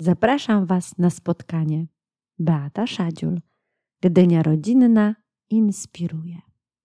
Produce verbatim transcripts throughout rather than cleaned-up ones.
Zapraszam Was na spotkanie. Beata Szadziul, Gdynia Rodzinna inspiruje.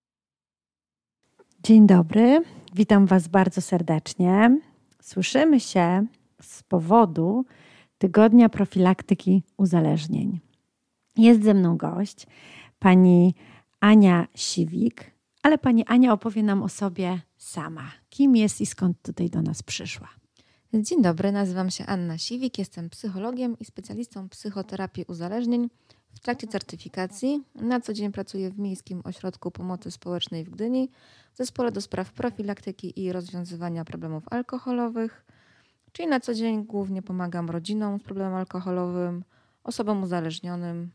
Dzień dobry, witam Was bardzo serdecznie. Słyszymy się z powodu Tygodnia Profilaktyki Uzależnień. Jest ze mną gość, pani Ania Siwik, ale pani Ania opowie nam o sobie sama. Kim jest i skąd tutaj do nas przyszła? Dzień dobry, nazywam się Anna Siwik, jestem psychologiem i specjalistą psychoterapii uzależnień w trakcie certyfikacji. Na co dzień pracuję w Miejskim Ośrodku Pomocy Społecznej w Gdyni, w Zespole do Spraw Profilaktyki i Rozwiązywania Problemów Alkoholowych, czyli na co dzień głównie pomagam rodzinom z problemem alkoholowym, osobom uzależnionym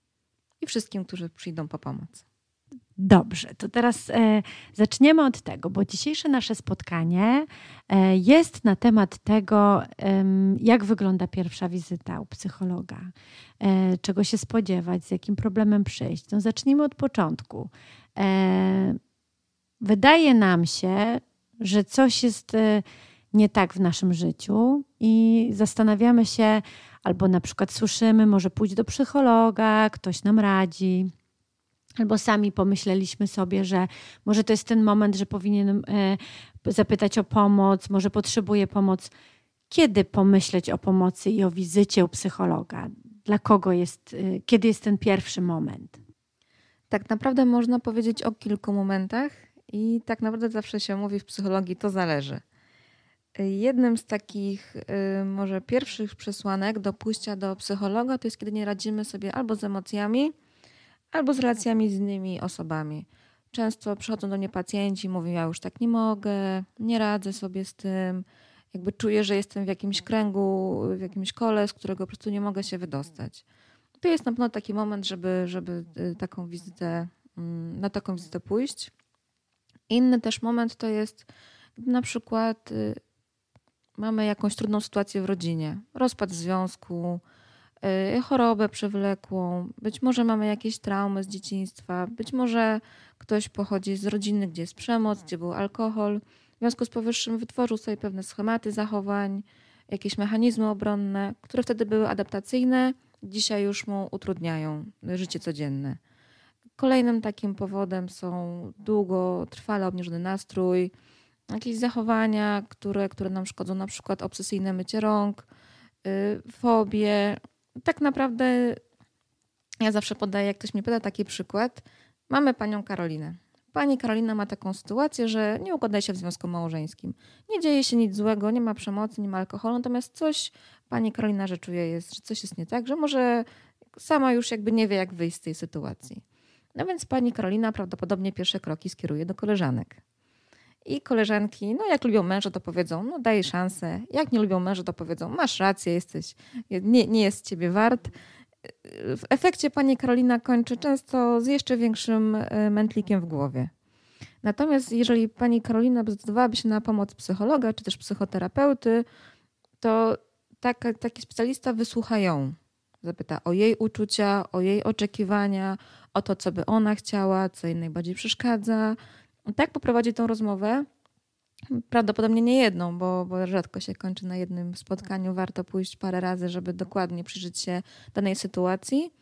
i wszystkim, którzy przyjdą po pomoc. Dobrze, to teraz e, zaczniemy od tego, bo dzisiejsze nasze spotkanie e, jest na temat tego, e, jak wygląda pierwsza wizyta u psychologa, e, czego się spodziewać, z jakim problemem przyjść. No zacznijmy od początku. E, wydaje nam się, że coś jest e, nie tak w naszym życiu i zastanawiamy się, albo na przykład słyszymy, może pójść do psychologa, ktoś nam radzi. Albo sami pomyśleliśmy sobie, że może to jest ten moment, że powinienem zapytać o pomoc, może potrzebuję pomoc. Kiedy pomyśleć o pomocy i o wizycie u psychologa? Dla kogo jest, kiedy jest ten pierwszy moment? Tak naprawdę można powiedzieć o kilku momentach i tak naprawdę zawsze się mówi w psychologii, to zależy. Jednym z takich może pierwszych przesłanek do pójścia do psychologa to jest, kiedy nie radzimy sobie albo z emocjami, albo z relacjami z innymi osobami. Często przychodzą do mnie pacjenci i mówią, ja już tak nie mogę, nie radzę sobie z tym, jakby czuję, że jestem w jakimś kręgu, w jakimś kole, z którego po prostu nie mogę się wydostać. To jest na pewno taki moment, żeby, żeby taką wizytę, na taką wizytę pójść. Inny też moment to jest, gdy na przykład mamy jakąś trudną sytuację w rodzinie, rozpad związku, chorobę przewlekłą, być może mamy jakieś traumy z dzieciństwa, być może ktoś pochodzi z rodziny, gdzie jest przemoc, gdzie był alkohol. W związku z powyższym wytworzył sobie pewne schematy zachowań, jakieś mechanizmy obronne, które wtedy były adaptacyjne, dzisiaj już mu utrudniają życie codzienne. Kolejnym takim powodem są długotrwale obniżony nastrój, jakieś zachowania, które, które nam szkodzą, na przykład obsesyjne mycie rąk, fobie. Tak naprawdę ja zawsze podaję, jak ktoś mnie pyta, taki przykład. Mamy panią Karolinę. Pani Karolina ma taką sytuację, że nie układa się w związku małżeńskim. Nie dzieje się nic złego, nie ma przemocy, nie ma alkoholu, natomiast coś pani Karolina, że czuje, jest, że coś jest nie tak, że może sama już jakby nie wie, jak wyjść z tej sytuacji. No więc pani Karolina prawdopodobnie pierwsze kroki skieruje do koleżanek. I koleżanki, no jak lubią męża, to powiedzą, no daj szansę. Jak nie lubią męża, to powiedzą, masz rację, jesteś, nie, nie jest ciebie wart. W efekcie pani Karolina kończy często z jeszcze większym mętlikiem w głowie. Natomiast jeżeli pani Karolina zdecydowałaby się na pomoc psychologa czy też psychoterapeuty, to taka, taki specjalista wysłucha ją. Zapyta o jej uczucia, o jej oczekiwania, o to, co by ona chciała, co jej najbardziej przeszkadza. Tak poprowadzi tą rozmowę, prawdopodobnie nie jedną, bo, bo rzadko się kończy na jednym spotkaniu. Warto pójść parę razy, żeby dokładnie przyjrzeć się danej sytuacji.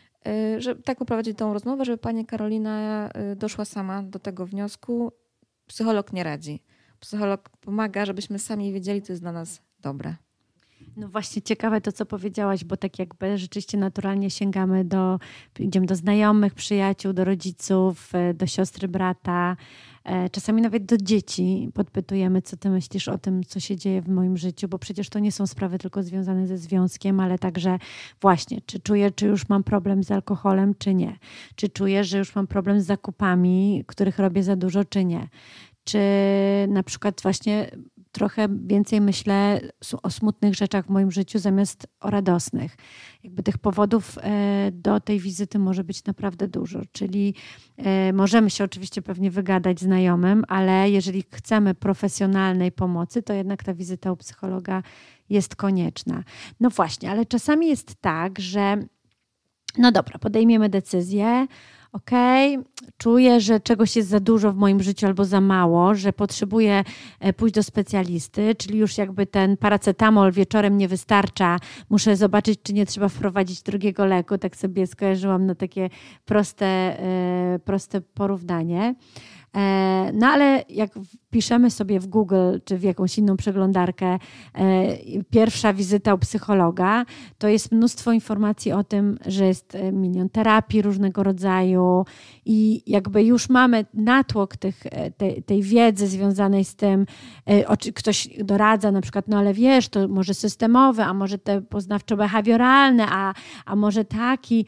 Że tak poprowadzi tą rozmowę, żeby pani Karolina doszła sama do tego wniosku. Psycholog nie radzi. Psycholog pomaga, żebyśmy sami wiedzieli, co jest dla nas dobre. No właśnie ciekawe to, co powiedziałaś, bo tak jakby rzeczywiście naturalnie sięgamy do, idziemy do znajomych, przyjaciół, do rodziców, do siostry, brata, czasami nawet do dzieci podpytujemy, co ty myślisz o tym, co się dzieje w moim życiu, bo przecież to nie są sprawy tylko związane ze związkiem, ale także właśnie, czy czuję, czy już mam problem z alkoholem, czy nie. Czy czuję, że już mam problem z zakupami, których robię za dużo, czy nie. Czy na przykład właśnie trochę więcej myślę o smutnych rzeczach w moim życiu zamiast o radosnych. Jakby tych powodów do tej wizyty może być naprawdę dużo. Czyli możemy się oczywiście pewnie wygadać znajomym, ale jeżeli chcemy profesjonalnej pomocy, to jednak ta wizyta u psychologa jest konieczna. No właśnie, ale czasami jest tak, że no dobra, podejmiemy decyzję, okej, okay, czuję, że czegoś jest za dużo w moim życiu albo za mało, że potrzebuję pójść do specjalisty, czyli już jakby ten paracetamol wieczorem nie wystarcza, muszę zobaczyć, czy nie trzeba wprowadzić drugiego leku, tak sobie skojarzyłam na takie proste, proste porównanie. No ale jak wpiszemy sobie w Google czy w jakąś inną przeglądarkę pierwsza wizyta u psychologa, to jest mnóstwo informacji o tym, że jest milion terapii różnego rodzaju i jakby już mamy natłok tych, tej, tej wiedzy związanej z tym, ktoś doradza na przykład, no ale wiesz, to może systemowe, a może te poznawczo-behawioralne, a, a może taki.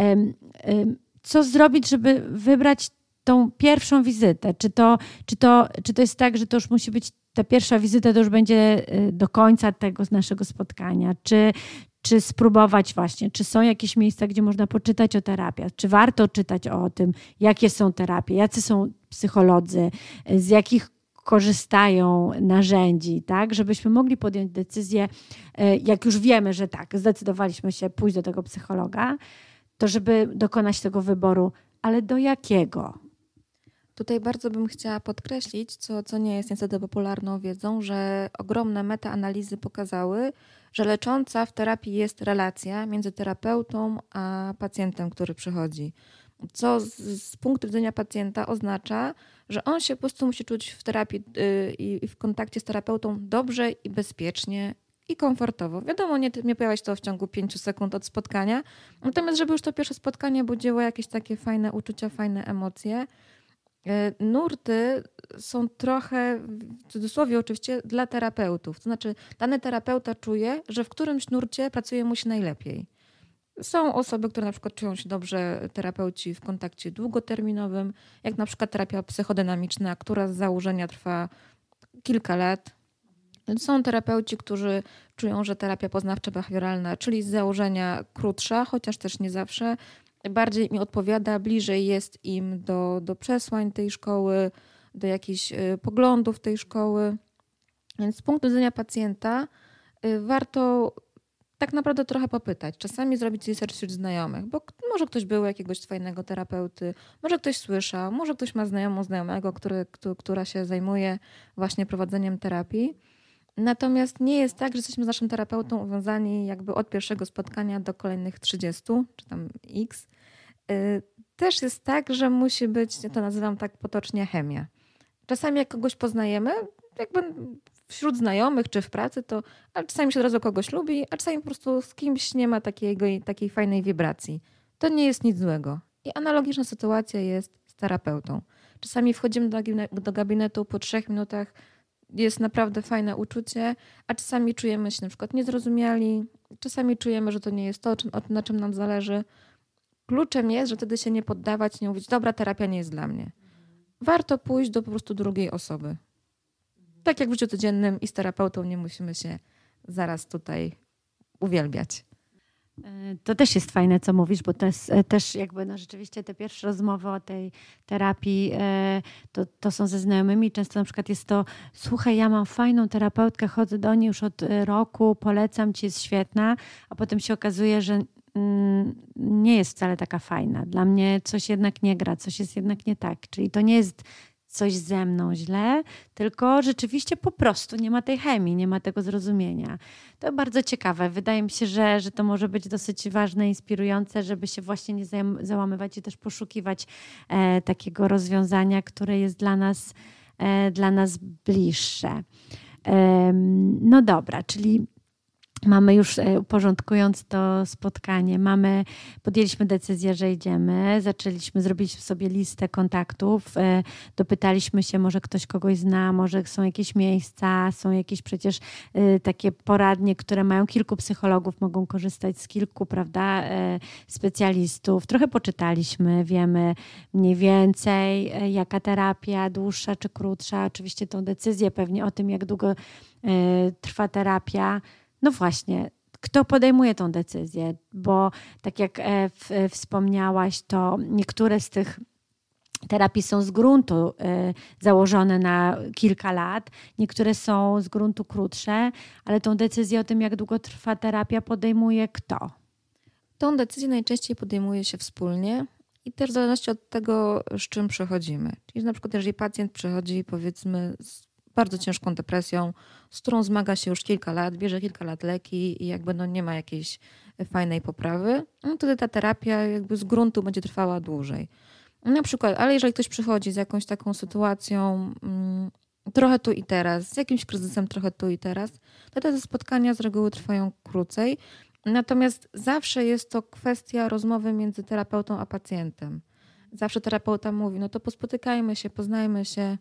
Co zrobić, żeby wybrać tą pierwszą wizytę? Czy to, czy, to, czy to jest tak, że to już musi być ta pierwsza wizyta, to już będzie do końca tego naszego spotkania? Czy, czy spróbować właśnie, czy są jakieś miejsca, gdzie można poczytać o terapii? Czy warto czytać o tym, jakie są terapie, jacy są psycholodzy, z jakich korzystają narzędzi, tak, żebyśmy mogli podjąć decyzję, jak już wiemy, że tak, zdecydowaliśmy się pójść do tego psychologa, to żeby dokonać tego wyboru, ale do jakiego? Tutaj bardzo bym chciała podkreślić, co, co nie jest niestety popularną wiedzą, że ogromne metaanalizy pokazały, że lecząca w terapii jest relacja między terapeutą a pacjentem, który przychodzi. Co z, z punktu widzenia pacjenta oznacza, że on się po prostu musi czuć w terapii yy, i w kontakcie z terapeutą dobrze i bezpiecznie i komfortowo. Wiadomo, nie, nie pojawia się to w ciągu pięciu sekund od spotkania, natomiast żeby już to pierwsze spotkanie budziło jakieś takie fajne uczucia, fajne emocje. Nurty są trochę, w cudzysłowie oczywiście, dla terapeutów. To znaczy dany terapeuta czuje, że w którymś nurcie pracuje mu się najlepiej. Są osoby, które na przykład czują się dobrze, terapeuci w kontakcie długoterminowym, jak na przykład terapia psychodynamiczna, która z założenia trwa kilka lat. Są terapeuci, którzy czują, że terapia poznawczo-behawioralna, czyli z założenia krótsza, chociaż też nie zawsze, bardziej mi odpowiada, bliżej jest im do, do przesłań tej szkoły, do jakichś poglądów tej szkoły. Więc z punktu widzenia pacjenta warto tak naprawdę trochę popytać. Czasami zrobić research wśród znajomych, bo może ktoś był jakiegoś fajnego terapeuty, może ktoś słyszał, może ktoś ma znajomą, znajomego, który, która się zajmuje właśnie prowadzeniem terapii. Natomiast nie jest tak, że jesteśmy z naszym terapeutą uwiązani jakby od pierwszego spotkania do kolejnych trzydziestu, czy tam x. Też jest tak, że musi być, ja to nazywam tak potocznie, chemia. Czasami jak kogoś poznajemy, jakby wśród znajomych czy w pracy, to ale czasami się od razu kogoś lubi, a czasami po prostu z kimś nie ma takiego, takiej fajnej wibracji. To nie jest nic złego. I analogiczna sytuacja jest z terapeutą. Czasami wchodzimy do, do gabinetu po trzech minutach, jest naprawdę fajne uczucie, a czasami czujemy się na przykład niezrozumiali, czasami czujemy, że to nie jest to, na czym nam zależy. Kluczem jest, że wtedy się nie poddawać, nie mówić, dobra, terapia nie jest dla mnie. Warto pójść do po prostu drugiej osoby. Tak jak w życiu codziennym i z terapeutą nie musimy się zaraz tutaj uwielbiać. To też jest fajne, co mówisz, bo to jest też jakby no rzeczywiście te pierwsze rozmowy o tej terapii to, to są ze znajomymi. Często na przykład jest to, słuchaj, ja mam fajną terapeutkę, chodzę do niej już od roku, polecam ci, jest świetna, a potem się okazuje, że mm, nie jest wcale taka fajna. Dla mnie coś jednak nie gra, coś jest jednak nie tak. Czyli to nie jest coś ze mną źle, tylko rzeczywiście po prostu nie ma tej chemii, nie ma tego zrozumienia. To bardzo ciekawe. Wydaje mi się, że, że to może być dosyć ważne, inspirujące, żeby się właśnie nie załamywać i też poszukiwać e, takiego rozwiązania, które jest dla nas, e, dla nas bliższe. E, no dobra, czyli mamy już, uporządkując to spotkanie, mamy, podjęliśmy decyzję, że idziemy, zaczęliśmy, zrobiliśmy sobie listę kontaktów, dopytaliśmy się, może ktoś kogoś zna, może są jakieś miejsca, są jakieś przecież takie poradnie, które mają kilku psychologów, mogą korzystać z kilku, prawda, specjalistów. Trochę poczytaliśmy, wiemy mniej więcej, jaka terapia, dłuższa czy krótsza. Oczywiście tą decyzję pewnie o tym, jak długo trwa terapia. No właśnie, kto podejmuje tą decyzję? Bo tak jak wspomniałaś, to niektóre z tych terapii są z gruntu założone na kilka lat, niektóre są z gruntu krótsze, ale tą decyzję o tym, jak długo trwa terapia, podejmuje kto? Tą decyzję najczęściej podejmuje się wspólnie i też w zależności od tego, z czym przychodzimy. Czyli na przykład jeżeli pacjent przychodzi powiedzmy z bardzo ciężką depresją, z którą zmaga się już kilka lat, bierze kilka lat leki i jakby no nie ma jakiejś fajnej poprawy, no wtedy ta terapia jakby z gruntu będzie trwała dłużej. Na przykład, ale jeżeli ktoś przychodzi z jakąś taką sytuacją mm, trochę tu i teraz, z jakimś kryzysem trochę tu i teraz, to te spotkania z reguły trwają krócej. Natomiast zawsze jest to kwestia rozmowy między terapeutą a pacjentem. Zawsze terapeuta mówi, no to pospotykajmy się, poznajmy się,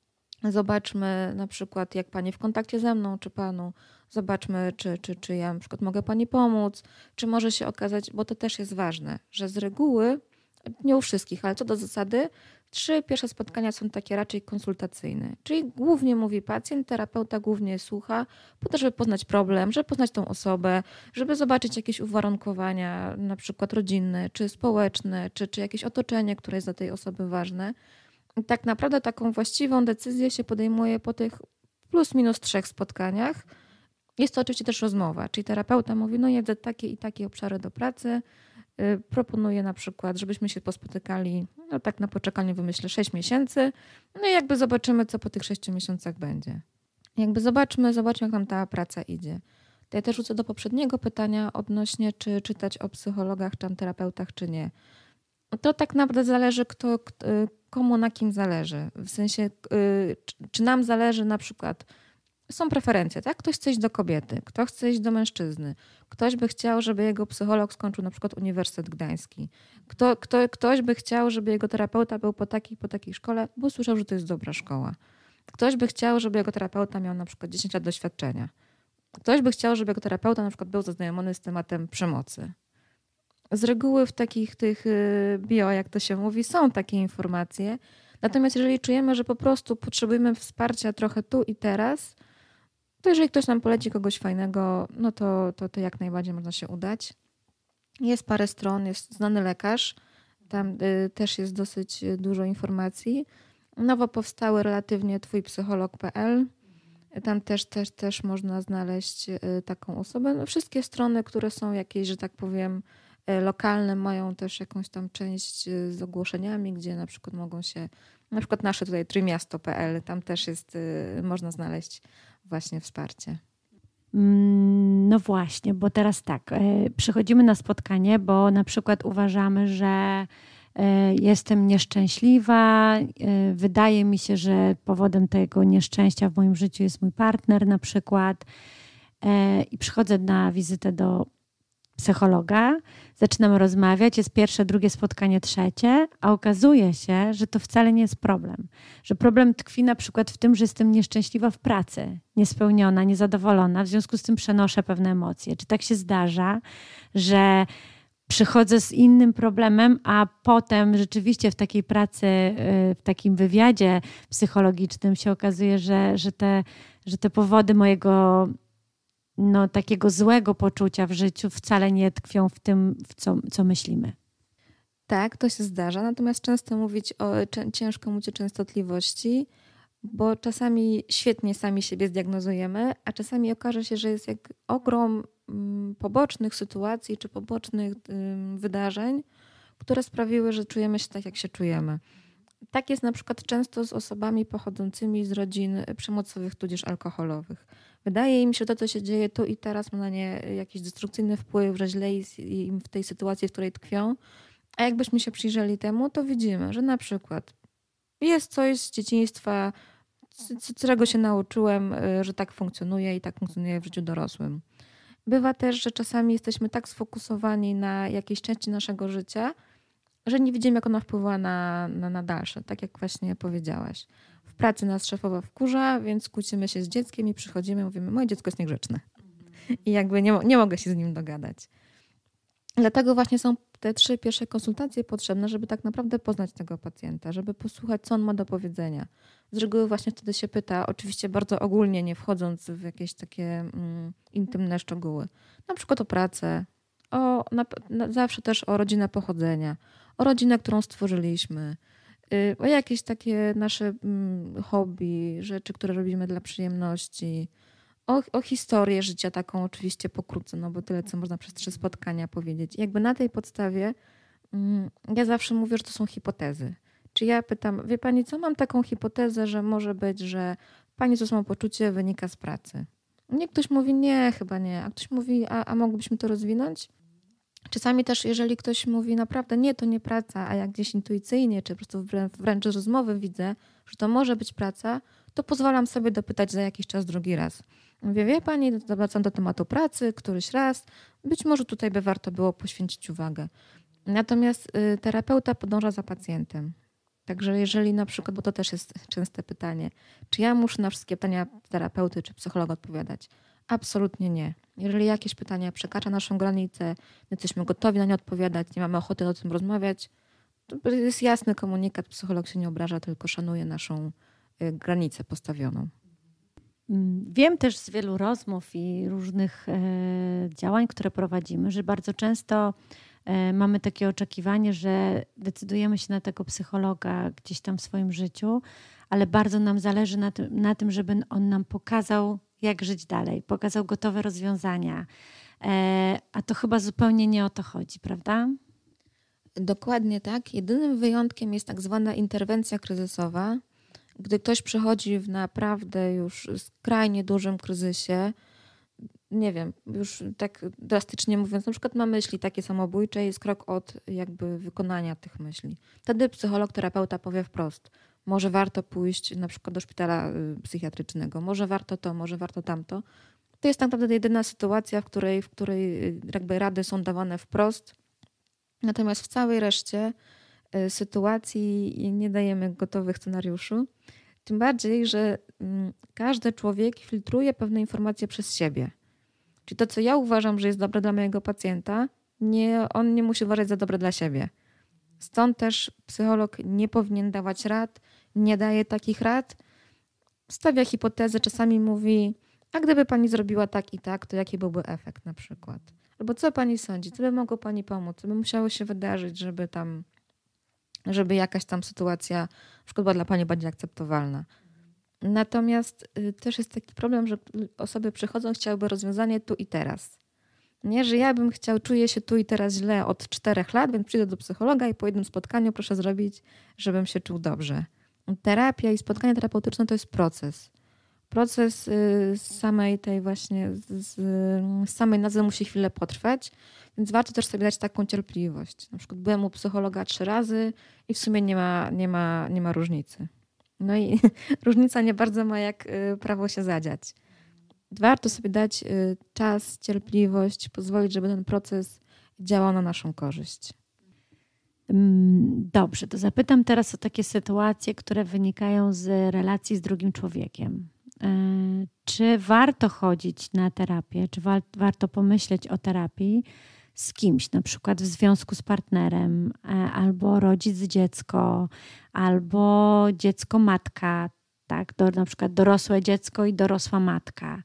zobaczmy na przykład, jak pani w kontakcie ze mną, czy panu, zobaczmy, czy, czy, czy ja na przykład mogę pani pomóc, czy może się okazać, bo to też jest ważne, że z reguły, nie u wszystkich, ale co do zasady, trzy pierwsze spotkania są takie raczej konsultacyjne. Czyli głównie mówi pacjent, terapeuta głównie słucha, po to, żeby poznać problem, żeby poznać tą osobę, żeby zobaczyć jakieś uwarunkowania, na przykład rodzinne, czy społeczne, czy, czy jakieś otoczenie, które jest dla tej osoby ważne. I tak naprawdę taką właściwą decyzję się podejmuje po tych plus minus trzech spotkaniach. Jest to oczywiście też rozmowa, czyli terapeuta mówi, no jedzę takie i takie obszary do pracy, yy, proponuję na przykład, żebyśmy się pospotykali, no tak na poczekaniu wymyślę sześć miesięcy, no i jakby zobaczymy, co po tych sześciu miesiącach będzie. Jakby zobaczmy, zobaczmy, jak nam ta praca idzie. To ja też wrócę do poprzedniego pytania odnośnie, czy czytać o psychologach, czy terapeutach, czy nie. To tak naprawdę zależy, kto, komu na kim zależy. W sensie, czy nam zależy na przykład, są preferencje, tak? Ktoś chce iść do kobiety, ktoś chce iść do mężczyzny. Ktoś by chciał, żeby jego psycholog skończył na przykład Uniwersytet Gdański. Kto, kto, ktoś by chciał, żeby jego terapeuta był po takiej, po takiej szkole, bo słyszał, że to jest dobra szkoła. Ktoś by chciał, żeby jego terapeuta miał na przykład dziesięć lat doświadczenia. Ktoś by chciał, żeby jego terapeuta na przykład był zaznajomiony z tematem przemocy. Z reguły w takich tych bio, jak to się mówi, są takie informacje. Natomiast jeżeli czujemy, że po prostu potrzebujemy wsparcia trochę tu i teraz, to jeżeli ktoś nam poleci kogoś fajnego, no to, to, to jak najbardziej można się udać. Jest parę stron, jest znany lekarz, tam y, też jest dosyć dużo informacji. Nowo powstały relatywnie twój psycholog kropka pe el. Tam też, też, też można znaleźć y, taką osobę. No, wszystkie strony, które są jakieś, że tak powiem, lokalne, mają też jakąś tam część z ogłoszeniami, gdzie na przykład mogą się, na przykład nasze tutaj trójmiasto kropka pe el, tam też jest, można znaleźć właśnie wsparcie. No właśnie, bo teraz tak, przychodzimy na spotkanie, bo na przykład uważamy, że jestem nieszczęśliwa, wydaje mi się, że powodem tego nieszczęścia w moim życiu jest mój partner na przykład i przychodzę na wizytę do psychologa, zaczynamy rozmawiać, jest pierwsze, drugie spotkanie, trzecie, a okazuje się, że to wcale nie jest problem. Że problem tkwi na przykład w tym, że jestem nieszczęśliwa w pracy, niespełniona, niezadowolona, w związku z tym przenoszę pewne emocje. Czy tak się zdarza, że przychodzę z innym problemem, a potem rzeczywiście w takiej pracy, w takim wywiadzie psychologicznym się okazuje, że, że, te, że te powody mojego no, takiego złego poczucia w życiu wcale nie tkwią w tym, w co, co myślimy. Tak, to się zdarza, natomiast często mówić o, ciężko mówić o częstotliwości, bo czasami świetnie sami siebie zdiagnozujemy, a czasami okaże się, że jest jak ogrom pobocznych sytuacji czy pobocznych wydarzeń, które sprawiły, że czujemy się tak, jak się czujemy. Tak jest na przykład często z osobami pochodzącymi z rodzin przemocowych tudzież alkoholowych. Wydaje im się, że to, co się dzieje tu i teraz, ma na nie jakiś destrukcyjny wpływ, że źle jest im w tej sytuacji, w której tkwią. A jakbyśmy się przyjrzeli temu, to widzimy, że na przykład jest coś z dzieciństwa, z czego się nauczyłem, że tak funkcjonuje i tak funkcjonuje w życiu dorosłym. Bywa też, że czasami jesteśmy tak sfokusowani na jakiejś części naszego życia, że nie widzimy, jak ona wpływa na, na, na dalsze, tak jak właśnie powiedziałaś. W pracy nas szefowa wkurza, więc kłócimy się z dzieckiem i przychodzimy i mówimy, moje dziecko jest niegrzeczne. I jakby nie, nie mogę się z nim dogadać. Dlatego właśnie są te trzy pierwsze konsultacje potrzebne, żeby tak naprawdę poznać tego pacjenta, żeby posłuchać, co on ma do powiedzenia. Z reguły właśnie wtedy się pyta, oczywiście bardzo ogólnie, nie wchodząc w jakieś takie mm, intymne szczegóły. Na przykład o pracę, o, na, na, zawsze też o rodzinę pochodzenia, o rodzinę, którą stworzyliśmy, yy, o jakieś takie nasze mm, hobby, rzeczy, które robimy dla przyjemności, o, o historię życia taką oczywiście pokrótce, no bo tyle, co można przez trzy spotkania powiedzieć. I jakby na tej podstawie Ja zawsze mówię, że to są hipotezy. Czy ja pytam, wie pani co, mam taką hipotezę, że może być, że pani to samopoczucie wynika z pracy. Nie, ktoś mówi nie, chyba nie, a ktoś mówi, a, a moglibyśmy to rozwinąć? Czasami też, jeżeli ktoś mówi naprawdę nie, to nie praca, a jak gdzieś intuicyjnie, czy po prostu wręcz, wręcz z rozmowy widzę, że to może być praca, to pozwalam sobie dopytać za jakiś czas drugi raz. Mówię, wie pani, wracam do tematu pracy któryś raz, być może tutaj by warto było poświęcić uwagę. Natomiast y, terapeuta podąża za pacjentem. Także jeżeli na przykład, bo to też jest częste pytanie, czy ja muszę na wszystkie pytania terapeuty czy psychologa odpowiadać? Absolutnie nie. Jeżeli jakieś pytanie przekracza naszą granicę, my jesteśmy gotowi na nie odpowiadać, nie mamy ochoty o tym rozmawiać, to jest jasny komunikat, psycholog się nie obraża, tylko szanuje naszą y, granicę postawioną. Wiem też z wielu rozmów i różnych e, działań, które prowadzimy, że bardzo często e, mamy takie oczekiwanie, że decydujemy się na tego psychologa gdzieś tam w swoim życiu, ale bardzo nam zależy na tym, na tym żeby on nam pokazał, jak żyć dalej, pokazał gotowe rozwiązania. E, a to chyba zupełnie nie o to chodzi, prawda? Dokładnie tak. Jedynym wyjątkiem jest tak zwana interwencja kryzysowa. Gdy ktoś przechodzi w naprawdę już skrajnie dużym kryzysie, nie wiem, już tak drastycznie mówiąc, na przykład ma myśli takie samobójcze, jest krok od jakby wykonania tych myśli. Wtedy psycholog, terapeuta powie wprost, może warto pójść na przykład do szpitala psychiatrycznego, może warto to, może warto tamto. To jest tak naprawdę jedyna sytuacja, w której, w której jakby rady są dawane wprost. Natomiast w całej reszcie sytuacji nie dajemy gotowych scenariuszu. Tym bardziej, że każdy człowiek filtruje pewne informacje przez siebie. Czyli to, co ja uważam, że jest dobre dla mojego pacjenta, nie, on nie musi uważać za dobre dla siebie. Stąd też psycholog nie powinien dawać rad, nie daje takich rad. Stawia hipotezy, czasami mówi, a gdyby pani zrobiła tak i tak, to jaki byłby efekt na przykład? Albo co pani sądzi? Co by mogło pani pomóc? Co by musiało się wydarzyć, żeby tam żeby jakaś tam sytuacja na przykład była dla pani bardziej akceptowalna. Natomiast y, też jest taki problem, że osoby przychodzą, chciałyby rozwiązanie tu i teraz. Nie, że ja bym chciał, czuję się tu i teraz źle od czterech lat, więc przyjdę do psychologa i po jednym spotkaniu proszę zrobić, żebym się czuł dobrze. Terapia i spotkanie terapeutyczne to jest proces. Proces y, z samej tej właśnie, z, z samej nazwy musi chwilę potrwać, więc warto też sobie dać taką cierpliwość. Na przykład byłem u psychologa trzy razy i w sumie nie ma, nie ma, nie ma różnicy. No i różnica nie bardzo ma jak y, prawo się zadziać. Warto sobie dać y, czas, cierpliwość, pozwolić, żeby ten proces działał na naszą korzyść. Dobrze, to zapytam teraz o takie sytuacje, które wynikają z relacji z drugim człowiekiem. Czy warto chodzić na terapię, czy wa- warto pomyśleć o terapii z kimś, na przykład w związku z partnerem, albo rodzic dziecko, albo dziecko matka, tak? Do, na przykład dorosłe dziecko i dorosła matka,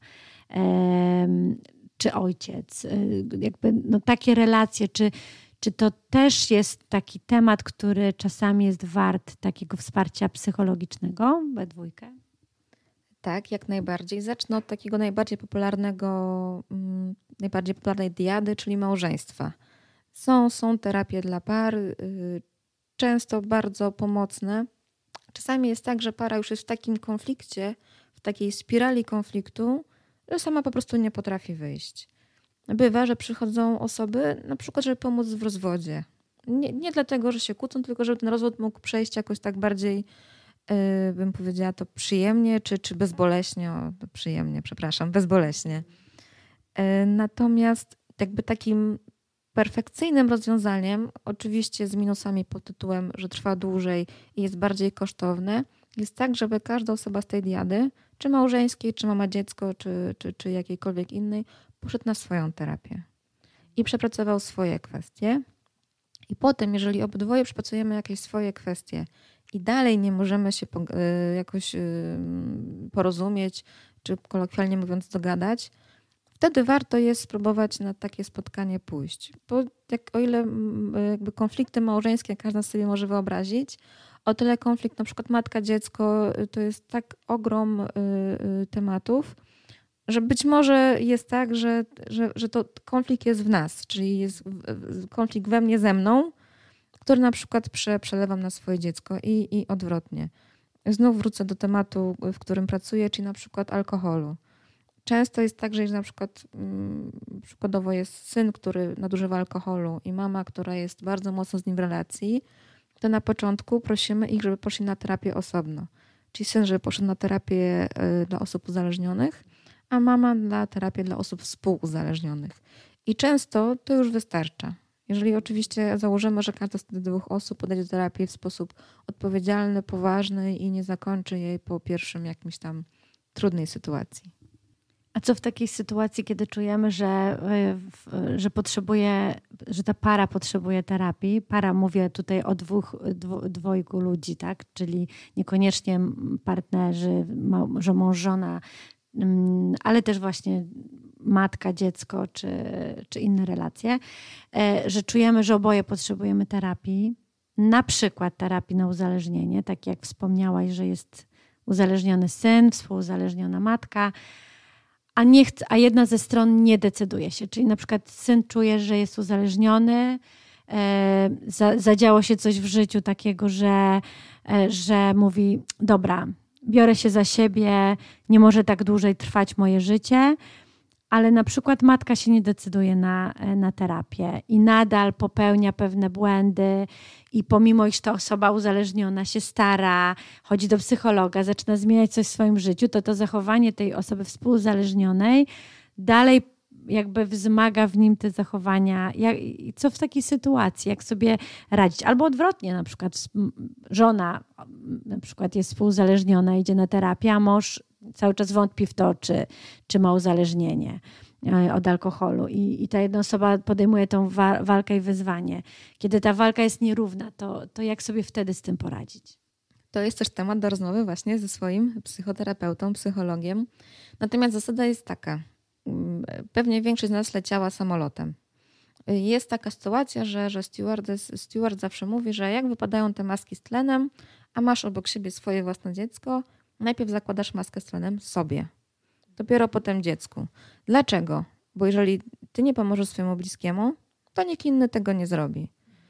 em, czy ojciec. Jakby, no, takie relacje, czy, czy to też jest taki temat, który czasami jest wart takiego wsparcia psychologicznego we dwójkę? Tak, jak najbardziej. Zacznę od takiego najbardziej popularnego, najbardziej popularnej diady, czyli małżeństwa. Są, są terapie dla par, często bardzo pomocne. Czasami jest tak, że para już jest w takim konflikcie, w takiej spirali konfliktu, że sama po prostu nie potrafi wyjść. Bywa, że przychodzą osoby, na przykład, żeby pomóc w rozwodzie. Nie, nie dlatego, że się kłócą, tylko żeby ten rozwód mógł przejść jakoś tak bardziej, yy, bym powiedziała to przyjemnie, czy, czy bezboleśnie. O, to przyjemnie, przepraszam, bezboleśnie. Yy, natomiast jakby takim perfekcyjnym rozwiązaniem, oczywiście z minusami pod tytułem, że trwa dłużej i jest bardziej kosztowne, jest tak, żeby każda osoba z tej diady, czy małżeńskiej, czy mama dziecko, czy, czy, czy jakiejkolwiek innej, poszedł na swoją terapię i przepracował swoje kwestie. I potem, jeżeli obydwoje przepracujemy jakieś swoje kwestie i dalej nie możemy się jakoś porozumieć, czy kolokwialnie mówiąc dogadać, wtedy warto jest spróbować na takie spotkanie pójść. Bo jak, o ile jakby konflikty małżeńskie każda sobie może wyobrazić, o tyle konflikt na przykład matka-dziecko to jest tak ogrom y, y, tematów, że być może jest tak, że, że, że to konflikt jest w nas, czyli jest konflikt we mnie ze mną, który na przykład prze, przelewam na swoje dziecko i, i odwrotnie. Znów wrócę do tematu, w którym pracuję, czyli na przykład alkoholu. Często jest tak, że jeżeli na przykład mm, przykładowo jest syn, który nadużywa alkoholu i mama, która jest bardzo mocno z nim w relacji, to na początku prosimy ich, żeby poszli na terapię osobno. Czyli syn, żeby poszedł na terapię y, dla osób uzależnionych, a mama na terapię dla osób współuzależnionych. I często to już wystarcza. Jeżeli oczywiście założymy, że każda z tych dwóch osób podejdzie do terapii w sposób odpowiedzialny, poważny i nie zakończy jej po pierwszym jakimś tam trudnej sytuacji. A co w takiej sytuacji, kiedy czujemy, że, że potrzebuje, że ta para potrzebuje terapii? Para, mówię tutaj o dwóch, dwo, dwojgu ludzi, tak? Czyli niekoniecznie partnerzy, że mąż, żona, ale też właśnie matka, dziecko czy, czy inne relacje, że czujemy, że oboje potrzebujemy terapii, na przykład terapii na uzależnienie, tak jak wspomniałaś, że jest uzależniony syn, współuzależniona matka, a, nie chce, a jedna ze stron nie decyduje się. Czyli na przykład syn czuje, że jest uzależniony, e, za, zadziało się coś w życiu takiego, że, e, że mówi, dobra, biorę się za siebie, nie może tak dłużej trwać moje życie, ale na przykład matka się nie decyduje na, na terapię i nadal popełnia pewne błędy i pomimo, iż ta osoba uzależniona się stara, chodzi do psychologa, zaczyna zmieniać coś w swoim życiu, to to zachowanie tej osoby współuzależnionej dalej jakby wzmaga w nim te zachowania. Jak, co w takiej sytuacji? Jak sobie radzić? Albo odwrotnie, na przykład żona na przykład jest współuzależniona, idzie na terapię, a mąż cały czas wątpi w to, czy, czy ma uzależnienie od alkoholu. I, i ta jedna osoba podejmuje tą wa- walkę i wyzwanie. Kiedy ta walka jest nierówna, to, to jak sobie wtedy z tym poradzić? To jest też temat do rozmowy właśnie ze swoim psychoterapeutą, psychologiem. Natomiast zasada jest taka. Pewnie większość z nas leciała samolotem. Jest taka sytuacja, że, że stewardess, steward zawsze mówi, że jak wypadają te maski z tlenem, a masz obok siebie swoje własne dziecko, najpierw zakładasz maskę z tlenem sobie. Dopiero potem dziecku. Dlaczego? Bo jeżeli ty nie pomożesz swojemu bliskiemu, to nikt inny tego nie zrobi.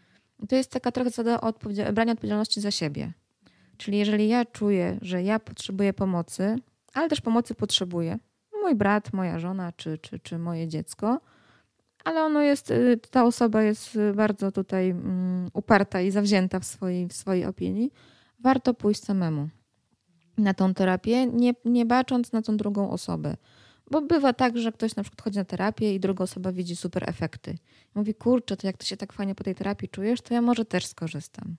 To jest taka trochę zasada odpowiedzial- brania odpowiedzialności za siebie. Czyli jeżeli ja czuję, że ja potrzebuję pomocy, ale też pomocy potrzebuję, mój brat, moja żona czy, czy, czy moje dziecko, ale ono jest, ta osoba jest bardzo tutaj um, uparta i zawzięta w swojej, w swojej opinii, warto pójść samemu na tą terapię, nie, nie bacząc na tą drugą osobę. Bo bywa tak, że ktoś na przykład chodzi na terapię i druga osoba widzi super efekty. Mówi, kurczę, to jak ty się tak fajnie po tej terapii czujesz, to ja może też skorzystam.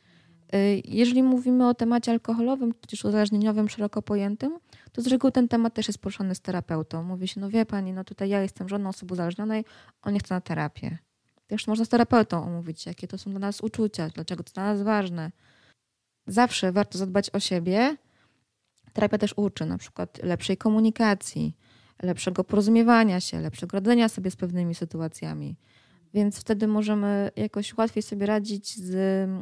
Jeżeli mówimy o temacie alkoholowym, tudzież uzależnieniowym, szeroko pojętym, to z reguły ten temat też jest poruszany z terapeutą. Mówi się, no wie pani, no tutaj ja jestem żoną osoby uzależnionej, on nie chce na terapię. Też można z terapeutą omówić, jakie to są dla nas uczucia, dlaczego to dla nas ważne. Zawsze warto zadbać o siebie. Terapia też uczy na przykład lepszej komunikacji, lepszego porozumiewania się, lepszego radzenia sobie z pewnymi sytuacjami. Więc wtedy możemy jakoś łatwiej sobie radzić z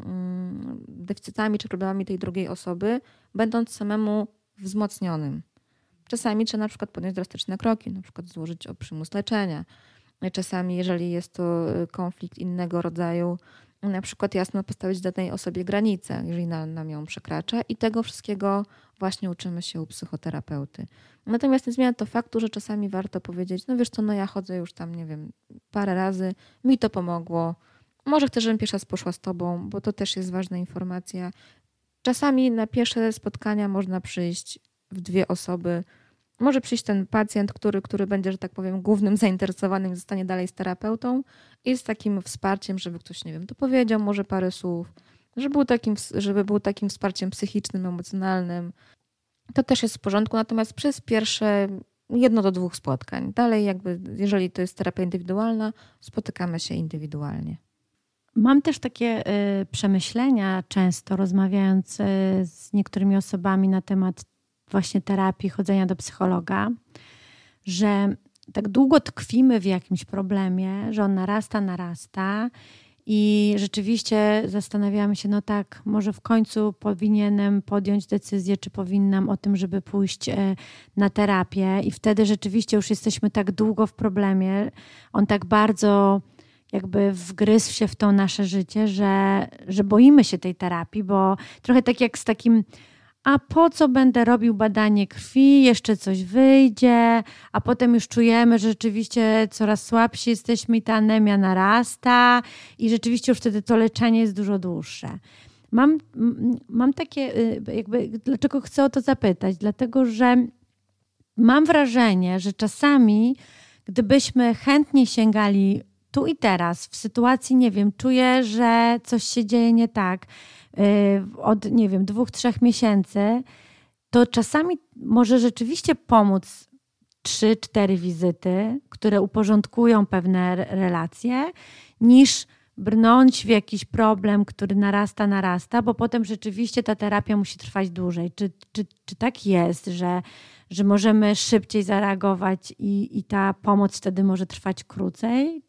mm, deficytami czy problemami tej drugiej osoby, będąc samemu wzmocnionym. Czasami trzeba na przykład podjąć drastyczne kroki, na przykład złożyć o przymus leczenia. Czasami, jeżeli jest to konflikt innego rodzaju, na przykład jasno postawić danej osobie granicę, jeżeli nam, nam ją przekracza i tego wszystkiego właśnie uczymy się u psychoterapeuty. Natomiast nie zmienia to faktu, że czasami warto powiedzieć, no wiesz co, no ja chodzę już tam, nie wiem, parę razy, mi to pomogło, może chcę, żebym pierwszy raz poszła z tobą, bo to też jest ważna informacja. Czasami na pierwsze spotkania można przyjść w dwie osoby. Może przyjść ten pacjent, który, który będzie, że tak powiem, głównym zainteresowanym, zostanie dalej z terapeutą i z takim wsparciem, żeby ktoś, nie wiem, to powiedział może parę słów, żeby był takim, żeby był takim wsparciem psychicznym, emocjonalnym. To też jest w porządku, natomiast przez pierwsze jedno do dwóch spotkań. Dalej jakby, jeżeli to jest terapia indywidualna, spotykamy się indywidualnie. Mam też takie y, przemyślenia często, rozmawiając y, z niektórymi osobami na temat właśnie terapii, chodzenia do psychologa, że tak długo tkwimy w jakimś problemie, że on narasta, narasta i rzeczywiście zastanawiamy się, no tak, może w końcu powinienem podjąć decyzję, czy powinnam o tym, żeby pójść na terapię i wtedy rzeczywiście już jesteśmy tak długo w problemie, on tak bardzo jakby wgryzł się w to nasze życie, że, że boimy się tej terapii, bo trochę tak jak z takim, a po co będę robił badanie krwi, jeszcze coś wyjdzie, a potem już czujemy, że rzeczywiście coraz słabsi jesteśmy i ta anemia narasta i rzeczywiście już wtedy to leczenie jest dużo dłuższe. Mam, mam takie, jakby, dlaczego chcę o to zapytać? Dlatego, że mam wrażenie, że czasami, gdybyśmy chętnie sięgali tu i teraz, w sytuacji, nie wiem, czuję, że coś się dzieje nie tak, yy, od, nie wiem, dwóch, trzech miesięcy, to czasami może rzeczywiście pomóc trzy, cztery wizyty, które uporządkują pewne relacje, niż brnąć w jakiś problem, który narasta, narasta, bo potem rzeczywiście ta terapia musi trwać dłużej. Czy, czy, czy tak jest, że, że możemy szybciej zareagować i, i ta pomoc wtedy może trwać krócej?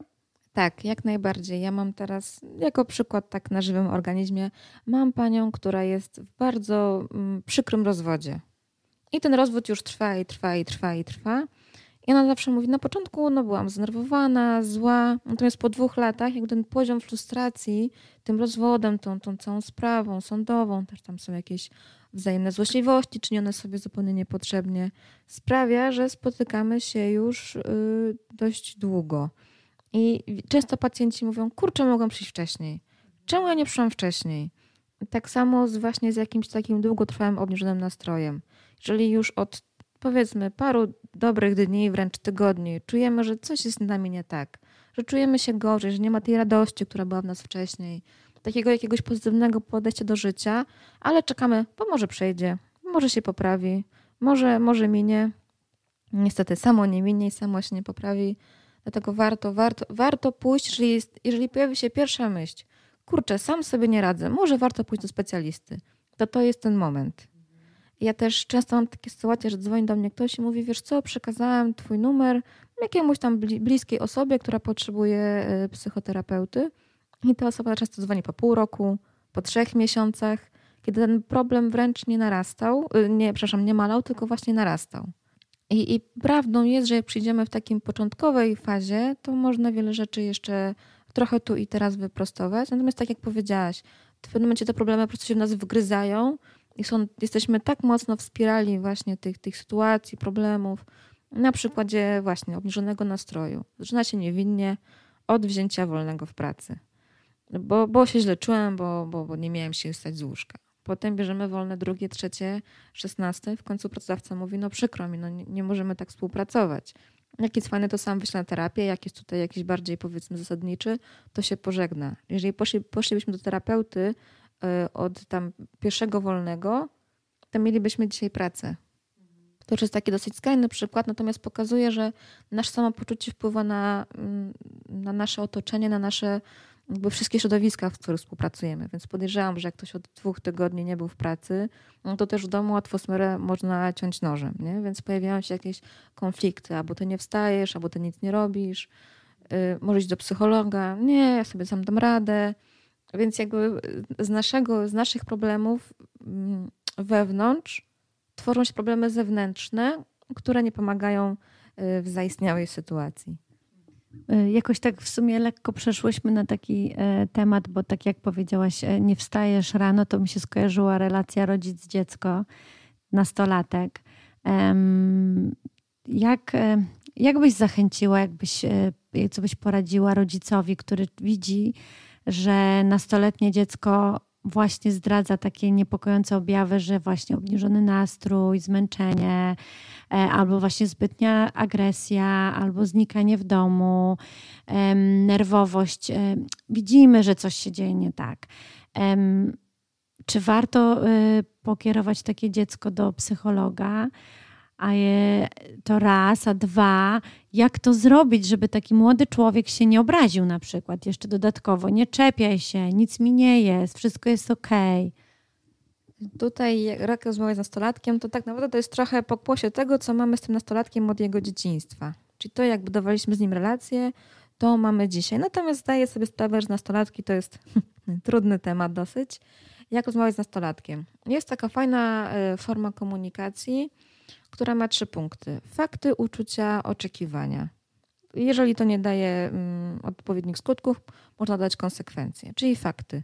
Tak, jak najbardziej. Ja mam teraz, jako przykład tak na żywym organizmie, mam panią, która jest w bardzo mm, przykrym rozwodzie. I ten rozwód już trwa i trwa i trwa i trwa. I ona zawsze mówi, na początku no, byłam zdenerwowana, zła, natomiast po dwóch latach jakby ten poziom frustracji tym rozwodem, tą, tą całą sprawą sądową, też tam są jakieś wzajemne złośliwości czynione sobie zupełnie niepotrzebnie, sprawia, że spotykamy się już yy, dość długo. I często pacjenci mówią, kurczę, mogłam przyjść wcześniej. Czemu ja nie przyszłam wcześniej? Tak samo z właśnie z jakimś takim długotrwałym obniżonym nastrojem. Jeżeli już od powiedzmy paru dobrych dni, wręcz tygodni, czujemy, że coś jest z nami nie tak, że czujemy się gorzej, że nie ma tej radości, która była w nas wcześniej, takiego jakiegoś pozytywnego podejścia do życia, ale czekamy, bo może przejdzie, może się poprawi, może, może minie. Niestety samo nie minie i samo się nie poprawi. Dlatego warto, warto, warto pójść, jeżeli, jest, jeżeli pojawi się pierwsza myśl, kurczę, sam sobie nie radzę, może warto pójść do specjalisty, to to jest ten moment. Ja też często mam takie sytuacje, że dzwoni do mnie ktoś i mówi, wiesz co, przekazałem twój numer jakiemuś tam bliskiej osobie, która potrzebuje psychoterapeuty i ta osoba często dzwoni po pół roku, po trzech miesiącach, kiedy ten problem wręcz nie narastał, nie, przepraszam, nie malał, tylko właśnie narastał. I, I prawdą jest, że jak przyjdziemy w takim początkowej fazie, to można wiele rzeczy jeszcze trochę tu i teraz wyprostować. Natomiast tak jak powiedziałaś, w pewnym momencie te problemy po prostu się w nas wgryzają i są, jesteśmy tak mocno w spirali właśnie tych, tych sytuacji, problemów, na przykładzie właśnie obniżonego nastroju. Zaczyna się niewinnie od wzięcia wolnego w pracy. Bo, bo się źle czułem, bo, bo, bo nie miałem się wstać z łóżka. Potem bierzemy wolne drugie, trzecie, szesnaste. W końcu pracodawca mówi, no przykro mi, no nie, nie możemy tak współpracować. Jak jest fajne, to sam wyślę na terapię, jak jest tutaj jakiś bardziej powiedzmy zasadniczy, to się pożegna. Jeżeli poszli, poszlibyśmy do terapeuty y, od tam pierwszego wolnego, to mielibyśmy dzisiaj pracę. To już jest taki dosyć skrajny przykład, natomiast pokazuje, że nasze samopoczucie wpływa na, na nasze otoczenie, na nasze jakby wszystkie środowiska, w których współpracujemy. Więc podejrzewam, że jak ktoś od dwóch tygodni nie był w pracy, no to też w domu atmosferę można ciąć nożem. Nie? Więc pojawiają się jakieś konflikty. Albo ty nie wstajesz, albo ty nic nie robisz. Yy, możesz iść do psychologa. Nie, ja sobie sam dam radę. Więc jakby z, naszego, z naszych problemów yy, wewnątrz tworzą się problemy zewnętrzne, które nie pomagają yy, w zaistniałej sytuacji. Jakoś tak w sumie lekko przeszłyśmy na taki temat, bo tak jak powiedziałaś, nie wstajesz rano, to mi się skojarzyła relacja rodzic-dziecko, nastolatek. Jak, jak byś zachęciła, jakbyś, co byś poradziła rodzicowi, który widzi, że nastoletnie dziecko właśnie zdradza takie niepokojące objawy, że właśnie obniżony nastrój, zmęczenie, albo właśnie zbytnia agresja, albo znikanie w domu, nerwowość. Widzimy, że coś się dzieje nie tak. Czy warto pokierować takie dziecko do psychologa? A to raz, a dwa, jak to zrobić, żeby taki młody człowiek się nie obraził na przykład, jeszcze dodatkowo, nie czepiaj się, nic mi nie jest, wszystko jest okej. Tutaj jak rozmawiać z nastolatkiem, to tak naprawdę to jest trochę pokłosie tego, co mamy z tym nastolatkiem od jego dzieciństwa. Czyli to, jak budowaliśmy z nim relacje, to mamy dzisiaj. Natomiast zdaję sobie sprawę, że nastolatki to jest trudny temat dosyć. Jak rozmawiać z nastolatkiem? Jest taka fajna forma komunikacji, która ma trzy punkty. Fakty, uczucia, oczekiwania. jeżeli to nie daje um, odpowiednich skutków, można dać konsekwencje, czyli fakty.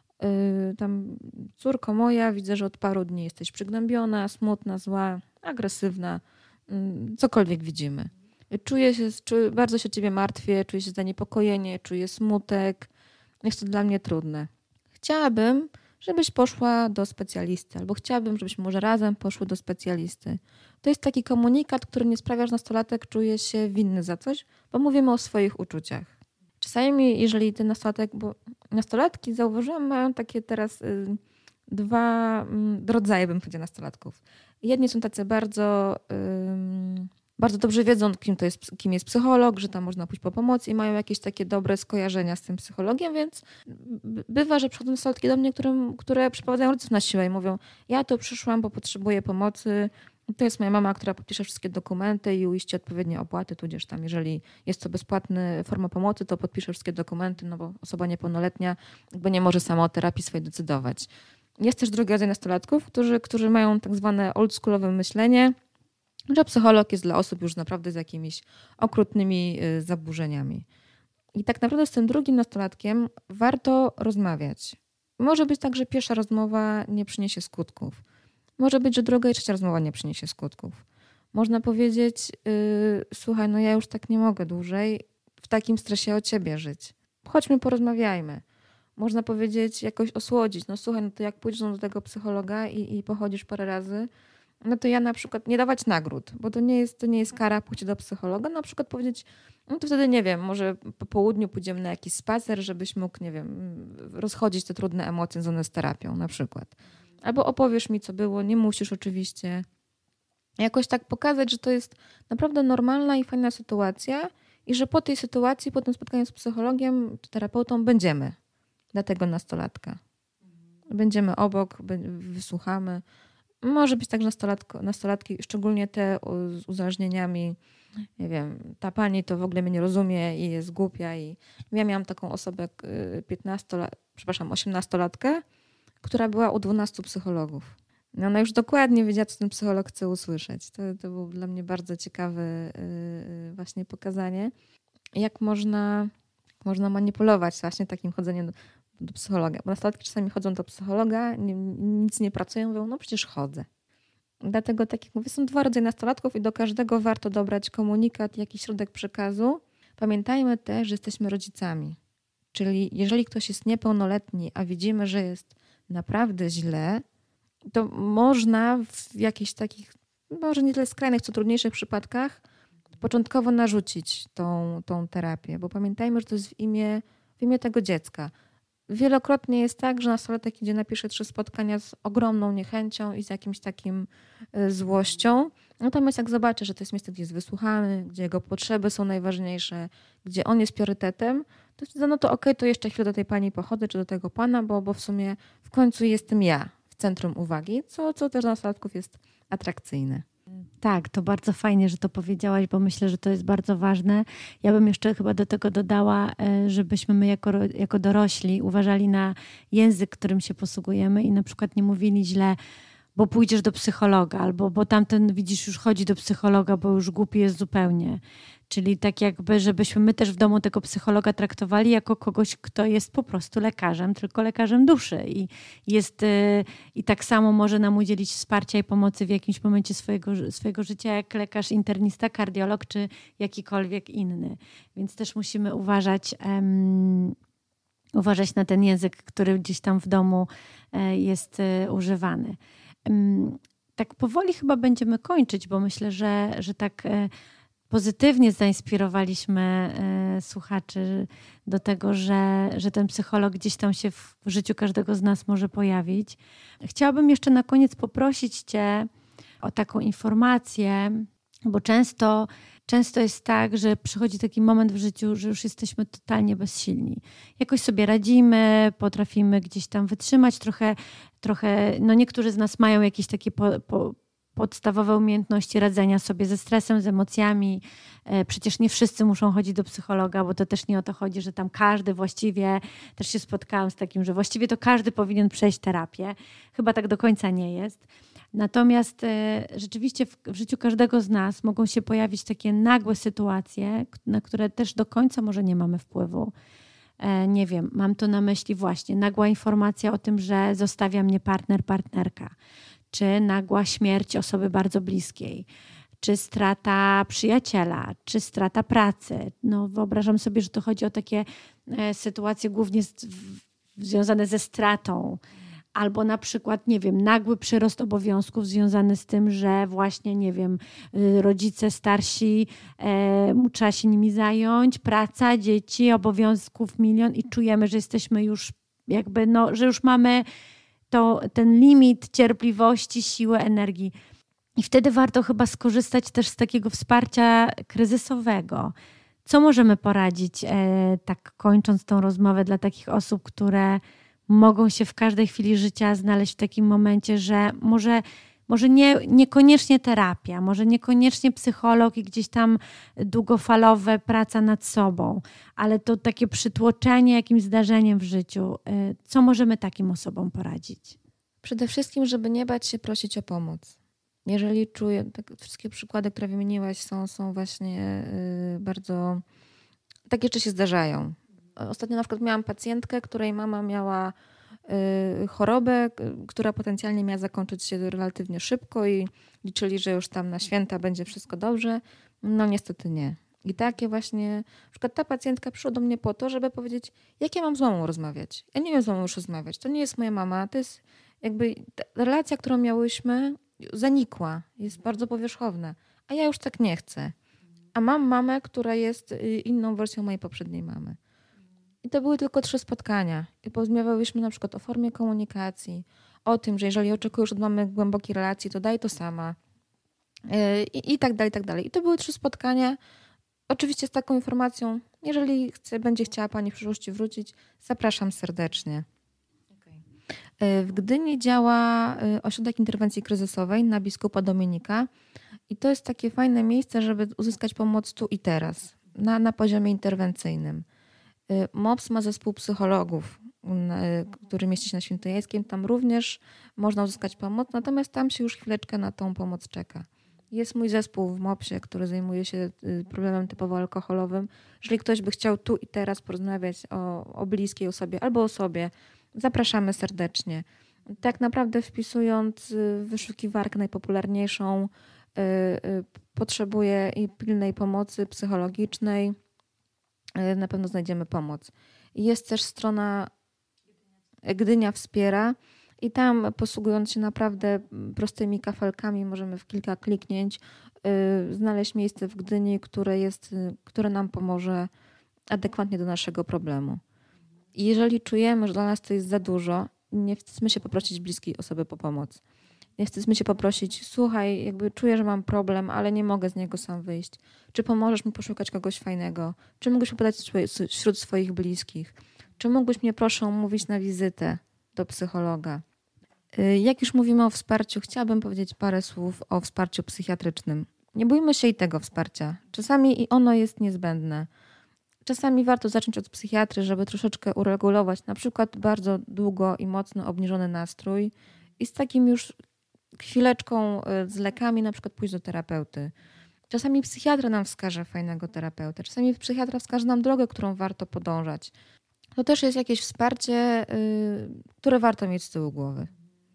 Yy, tam córko moja, widzę, że od paru dni jesteś przygnębiona, smutna, zła, agresywna, yy, cokolwiek widzimy. Czuję się, czuję, bardzo się ciebie martwię, czuję się zaniepokojenie, czuję smutek. Jest to dla mnie trudne. Chciałabym, żebyś poszła do specjalisty, albo chciałabym, żebyśmy może razem poszły do specjalisty. To jest taki komunikat, który nie sprawia, że nastolatek czuje się winny za coś, bo mówimy o swoich uczuciach. Czasami, jeżeli ten nastolatek, bo nastolatki, zauważyłam, mają takie teraz y, dwa y, rodzaje, bym powiedziała, nastolatków. Jedni są tacy bardzo, y, bardzo dobrze wiedzą, kim, to jest, kim jest psycholog, że tam można pójść po pomoc i mają jakieś takie dobre skojarzenia z tym psychologiem, więc bywa, że przychodzą nastolatki do mnie, którym, które przyprowadzają rodziców na siłę i mówią, ja tu przyszłam, bo potrzebuję pomocy. To jest moja mama, która podpisze wszystkie dokumenty i uiści odpowiednie opłaty, tudzież tam, jeżeli jest to bezpłatna forma pomocy, to podpisze wszystkie dokumenty, no bo osoba niepełnoletnia jakby nie może sama o terapii swojej decydować. Jest też drugi rodzaj nastolatków, którzy, którzy mają tak zwane oldschoolowe myślenie, że psycholog jest dla osób już naprawdę z jakimiś okrutnymi zaburzeniami. I tak naprawdę z tym drugim nastolatkiem warto rozmawiać. Może być tak, że pierwsza rozmowa nie przyniesie skutków. Może być, że druga i trzecia rozmowa nie przyniesie skutków. Można powiedzieć, yy, słuchaj, no ja już tak nie mogę dłużej w takim stresie o ciebie żyć. Chodźmy, porozmawiajmy. Można powiedzieć, jakoś osłodzić. No słuchaj, no to jak pójdziesz do tego psychologa i, i pochodzisz parę razy, no to ja na przykład nie dawać nagród, bo to nie jest, to nie jest kara pójście do psychologa. Na przykład powiedzieć, no to wtedy nie wiem, może po południu pójdziemy na jakiś spacer, żebyś mógł, nie wiem, rozchodzić te trudne emocje związane z terapią na przykład. Albo opowiesz mi, co było, nie musisz oczywiście. Jakoś tak pokazać, że to jest naprawdę normalna i fajna sytuacja i że po tej sytuacji, po tym spotkaniu z psychologiem czy terapeutą będziemy dla tego nastolatka. Będziemy obok, wysłuchamy. Może być tak, że nastolatko, nastolatki, szczególnie te z uzależnieniami, nie wiem, ta pani to w ogóle mnie nie rozumie i jest głupia. I ja miałam taką osobę piętnasto, przepraszam, osiemnastolatkę, która była u dwunastu psychologów. No ona już dokładnie wiedziała, co ten psycholog chce usłyszeć. To, to było dla mnie bardzo ciekawe yy, właśnie pokazanie, jak można, można manipulować właśnie takim chodzeniem do, do psychologa. Bo nastolatki czasami chodzą do psychologa, nie, nic nie pracują, mówią, no przecież chodzę. Dlatego, tak jak mówię, są dwa rodzaje nastolatków i do każdego warto dobrać komunikat, jakiś środek przekazu. Pamiętajmy też, że jesteśmy rodzicami. Czyli jeżeli ktoś jest niepełnoletni, a widzimy, że jest naprawdę źle, to można w jakichś takich, może nie tyle skrajnych, co trudniejszych przypadkach początkowo narzucić tą, tą terapię, bo pamiętajmy, że to jest w imię, w imię tego dziecka. Wielokrotnie jest tak, że nastolatek idzie na pierwsze trzy spotkania z ogromną niechęcią i z jakimś takim złością. Natomiast jak zobaczy, że to jest miejsce, gdzie jest wysłuchany, gdzie jego potrzeby są najważniejsze, gdzie on jest priorytetem, to wtedy no to okej, okay, to jeszcze chwilę do tej pani pochodzę, czy do tego pana, bo, bo w sumie w końcu jestem ja w centrum uwagi, co, co też dla nastolatków jest atrakcyjne. Tak, to bardzo fajnie, że to powiedziałaś, bo myślę, że to jest bardzo ważne. Ja bym jeszcze chyba do tego dodała, żebyśmy my jako, jako dorośli uważali na język, którym się posługujemy i na przykład nie mówili źle, bo pójdziesz do psychologa, albo bo tamten, widzisz, już chodzi do psychologa, bo już głupi jest zupełnie. Czyli tak jakby, żebyśmy my też w domu tego psychologa traktowali jako kogoś, kto jest po prostu lekarzem, tylko lekarzem duszy. I, jest, yy, i tak samo może nam udzielić wsparcia i pomocy w jakimś momencie swojego, swojego życia, jak lekarz internista, kardiolog, czy jakikolwiek inny. Więc też musimy uważać, um, uważać na ten język, który gdzieś tam w domu yy, jest yy, używany. Um, tak powoli chyba będziemy kończyć, bo myślę, że, że tak... Yy, pozytywnie zainspirowaliśmy y, słuchaczy do tego, że, że ten psycholog gdzieś tam się w życiu każdego z nas może pojawić. Chciałabym jeszcze na koniec poprosić Cię o taką informację, bo często, często jest tak, że przychodzi taki moment w życiu, że już jesteśmy totalnie bezsilni. Jakoś sobie radzimy, potrafimy gdzieś tam wytrzymać trochę, trochę no niektórzy z nas mają jakieś takie po, po, podstawowe umiejętności radzenia sobie ze stresem, z emocjami. Przecież nie wszyscy muszą chodzić do psychologa, bo to też nie o to chodzi, że tam każdy właściwie, też się spotkałam z takim, że właściwie to każdy powinien przejść terapię. Chyba tak do końca nie jest. Natomiast e, rzeczywiście w, w życiu każdego z nas mogą się pojawić takie nagłe sytuacje, na które też do końca może nie mamy wpływu. E, nie wiem, mam tu na myśli właśnie nagła informacja o tym, że zostawia mnie partner, partnerka, czy nagła śmierć osoby bardzo bliskiej, czy strata przyjaciela, czy strata pracy. No, wyobrażam sobie, że to chodzi o takie e, sytuacje głównie z, w, związane ze stratą. Albo na przykład, nie wiem, nagły przyrost obowiązków związany z tym, że właśnie, nie wiem, rodzice starsi, e, trzeba się nimi zająć, praca, dzieci, obowiązków milion i czujemy, że jesteśmy już jakby, no, że już mamy to, ten limit cierpliwości, siły, energii. I wtedy warto chyba skorzystać też z takiego wsparcia kryzysowego. Co możemy poradzić, e, tak kończąc tą rozmowę, dla takich osób, które mogą się w każdej chwili życia znaleźć w takim momencie, że może, może nie, niekoniecznie terapia, może niekoniecznie psycholog i gdzieś tam długofalowe praca nad sobą, ale to takie przytłoczenie jakimś zdarzeniem w życiu. Co możemy takim osobom poradzić? Przede wszystkim, żeby nie bać się prosić o pomoc. Jeżeli czuję, tak, wszystkie przykłady, które wymieniłaś są, są właśnie yy, bardzo... Takie rzeczy się zdarzają. Ostatnio na przykład miałam pacjentkę, której mama miała y, chorobę, y, która potencjalnie miała zakończyć się relatywnie szybko i liczyli, że już tam na święta będzie wszystko dobrze. No niestety nie. I takie właśnie, na przykład ta pacjentka przyszła do mnie po to, żeby powiedzieć, jak ja mam z mamą rozmawiać. Ja nie wiem z mamą już rozmawiać. To nie jest moja mama. To jest jakby relacja, którą miałyśmy, zanikła. Jest bardzo powierzchowna. A ja już tak nie chcę. A mam mamę, która jest inną wersją mojej poprzedniej mamy. I to były tylko trzy spotkania. I porozmawiałyśmy na przykład o formie komunikacji, o tym, że jeżeli oczekujesz od mamy głębokiej relacji, to daj to sama. I, i tak dalej, i tak dalej. I to były trzy spotkania. Oczywiście z taką informacją, jeżeli chce, będzie chciała Pani w przyszłości wrócić, zapraszam serdecznie. Okay. W Gdyni działa ośrodek interwencji kryzysowej na Biskupa Dominika i to jest takie fajne miejsce, żeby uzyskać pomoc tu i teraz, na, na poziomie interwencyjnym. MOPS ma zespół psychologów, który mieści się na Świętojańskim. Tam również można uzyskać pomoc, natomiast tam się już chwileczkę na tą pomoc czeka. Jest mój zespół w MOPS-ie, który zajmuje się problemem typowo alkoholowym. Jeżeli ktoś by chciał tu i teraz porozmawiać o, o bliskiej osobie albo o sobie, zapraszamy serdecznie. Tak naprawdę wpisując w wyszukiwarkę najpopularniejszą, potrzebuję i pilnej pomocy psychologicznej, na pewno znajdziemy pomoc. Jest też strona Gdynia Wspiera i tam posługując się naprawdę prostymi kafelkami możemy w kilka kliknięć yy, znaleźć miejsce w Gdyni, które, jest, które nam pomoże adekwatnie do naszego problemu. I jeżeli czujemy, że dla nas to jest za dużo, nie wstydźmy się poprosić bliskiej osoby po pomoc. Nie wstydźmy się poprosić, słuchaj, jakby czuję, że mam problem, ale nie mogę z niego sam wyjść. Czy pomożesz mi poszukać kogoś fajnego? Czy mógłbyś mi podać wśród swoich bliskich? Czy mógłbyś mnie proszę umówić na wizytę do psychologa? Jak już mówimy o wsparciu, chciałabym powiedzieć parę słów o wsparciu psychiatrycznym. Nie bójmy się i tego wsparcia. Czasami i ono jest niezbędne. Czasami warto zacząć od psychiatry, żeby troszeczkę uregulować na przykład bardzo długo i mocno obniżony nastrój i z takim już chwileczką z lekami na przykład pójść do terapeuty. Czasami psychiatra nam wskaże fajnego terapeutę, czasami psychiatra wskaże nam drogę, którą warto podążać. To też jest jakieś wsparcie, yy, które warto mieć z tyłu głowy.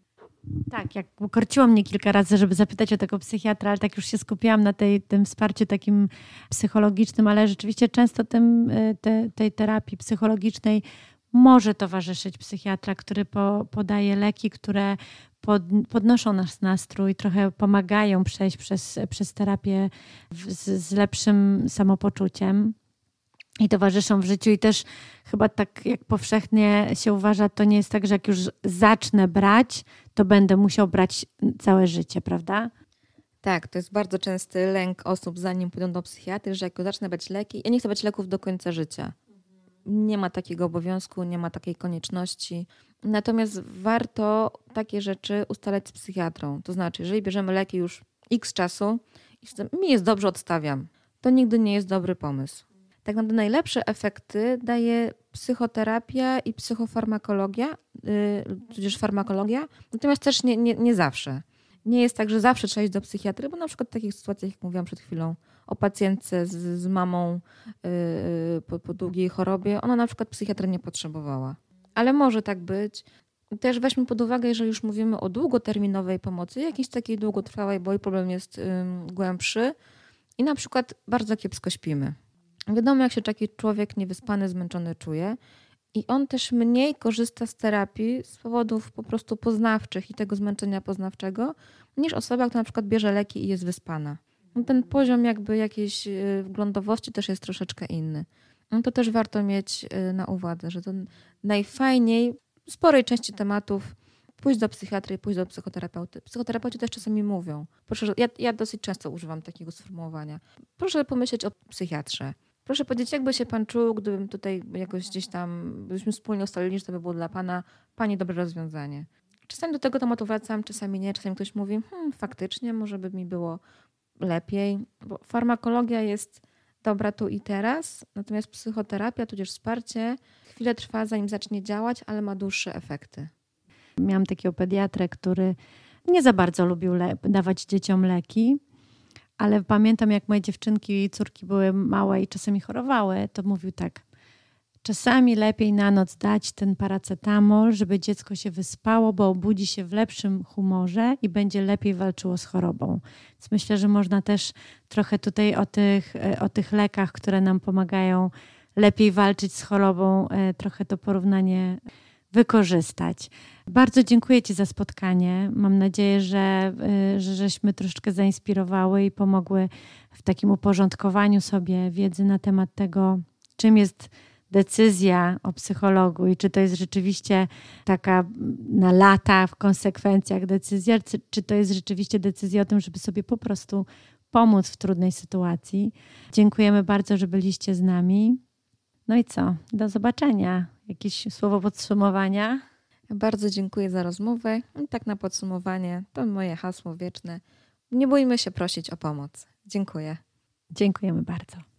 Tak, jak korciło mnie kilka razy, żeby zapytać o tego psychiatra, ale tak już się skupiałam na tej, tym wsparciu takim psychologicznym, ale rzeczywiście często tym, te, tej terapii psychologicznej może towarzyszyć psychiatra, który po, podaje leki, które pod, podnoszą nasz nastrój, trochę pomagają przejść przez, przez terapię w, z, z lepszym samopoczuciem i towarzyszą w życiu. I też chyba tak jak powszechnie się uważa, to nie jest tak, że jak już zacznę brać, to będę musiał brać całe życie, prawda? Tak, to jest bardzo częsty lęk osób, zanim pójdą do psychiatry, że jak zacznę brać leki, ja nie chcę brać leków do końca życia. Nie ma takiego obowiązku, nie ma takiej konieczności. Natomiast warto takie rzeczy ustalać z psychiatrą. To znaczy, jeżeli bierzemy leki już x czasu i mi jest dobrze, odstawiam, to nigdy nie jest dobry pomysł. Tak naprawdę najlepsze efekty daje psychoterapia i psychofarmakologia, yy, tudzież farmakologia, natomiast też nie, nie, nie zawsze. Nie jest tak, że zawsze trzeba iść do psychiatry, bo na przykład w takich sytuacjach, jak mówiłam przed chwilą, o pacjentce z, z mamą yy, po, po długiej chorobie, ona na przykład psychiatry nie potrzebowała. Ale może tak być. Też weźmy pod uwagę, jeżeli już mówimy o długoterminowej pomocy, jakiejś takiej długotrwałej, bo i problem jest yy, głębszy i na przykład bardzo kiepsko śpimy. Wiadomo, jak się taki człowiek niewyspany, zmęczony czuje i on też mniej korzysta z terapii z powodów po prostu poznawczych i tego zmęczenia poznawczego, niż osoba, która na przykład bierze leki i jest wyspana. No ten poziom jakby jakiejś wglądowości też jest troszeczkę inny. No to też warto mieć na uwadze, że to najfajniej w sporej części tematów pójść do psychiatry, pójść do psychoterapeuty. Psychoterapeuci też czasami mówią. Proszę, ja, ja dosyć często używam takiego sformułowania. Proszę pomyśleć o psychiatrze. Proszę powiedzieć, jakby się pan czuł, gdybym tutaj jakoś gdzieś tam, gdybyśmy wspólnie ustalili, że to by było dla pana, pani dobre rozwiązanie. Czasami do tego tematu wracam, czasami nie. Czasami ktoś mówi, hmm, faktycznie, może by mi było lepiej. Bo farmakologia jest dobra tu i teraz, natomiast psychoterapia, tudzież wsparcie, chwilę trwa, zanim zacznie działać, ale ma dłuższe efekty. Miałam takiego pediatrę, który nie za bardzo lubił le- dawać dzieciom leki, ale pamiętam, jak moje dziewczynki i córki były małe i czasami chorowały, to mówił tak, czasami lepiej na noc dać ten paracetamol, żeby dziecko się wyspało, bo obudzi się w lepszym humorze i będzie lepiej walczyło z chorobą. Więc myślę, że można też trochę tutaj o tych, o tych lekach, które nam pomagają lepiej walczyć z chorobą, trochę to porównanie wykorzystać. Bardzo dziękuję Ci za spotkanie. Mam nadzieję, że, że żeśmy troszeczkę zainspirowały i pomogły w takim uporządkowaniu sobie wiedzy na temat tego, czym jest decyzja o psychologu i czy to jest rzeczywiście taka na lata w konsekwencjach decyzja, czy, czy to jest rzeczywiście decyzja o tym, żeby sobie po prostu pomóc w trudnej sytuacji. Dziękujemy bardzo, że byliście z nami. No i co? Do zobaczenia. Jakieś słowo podsumowania? Bardzo dziękuję za rozmowę. I tak na podsumowanie, to moje hasło wieczne. Nie bójmy się prosić o pomoc. Dziękuję. Dziękujemy bardzo.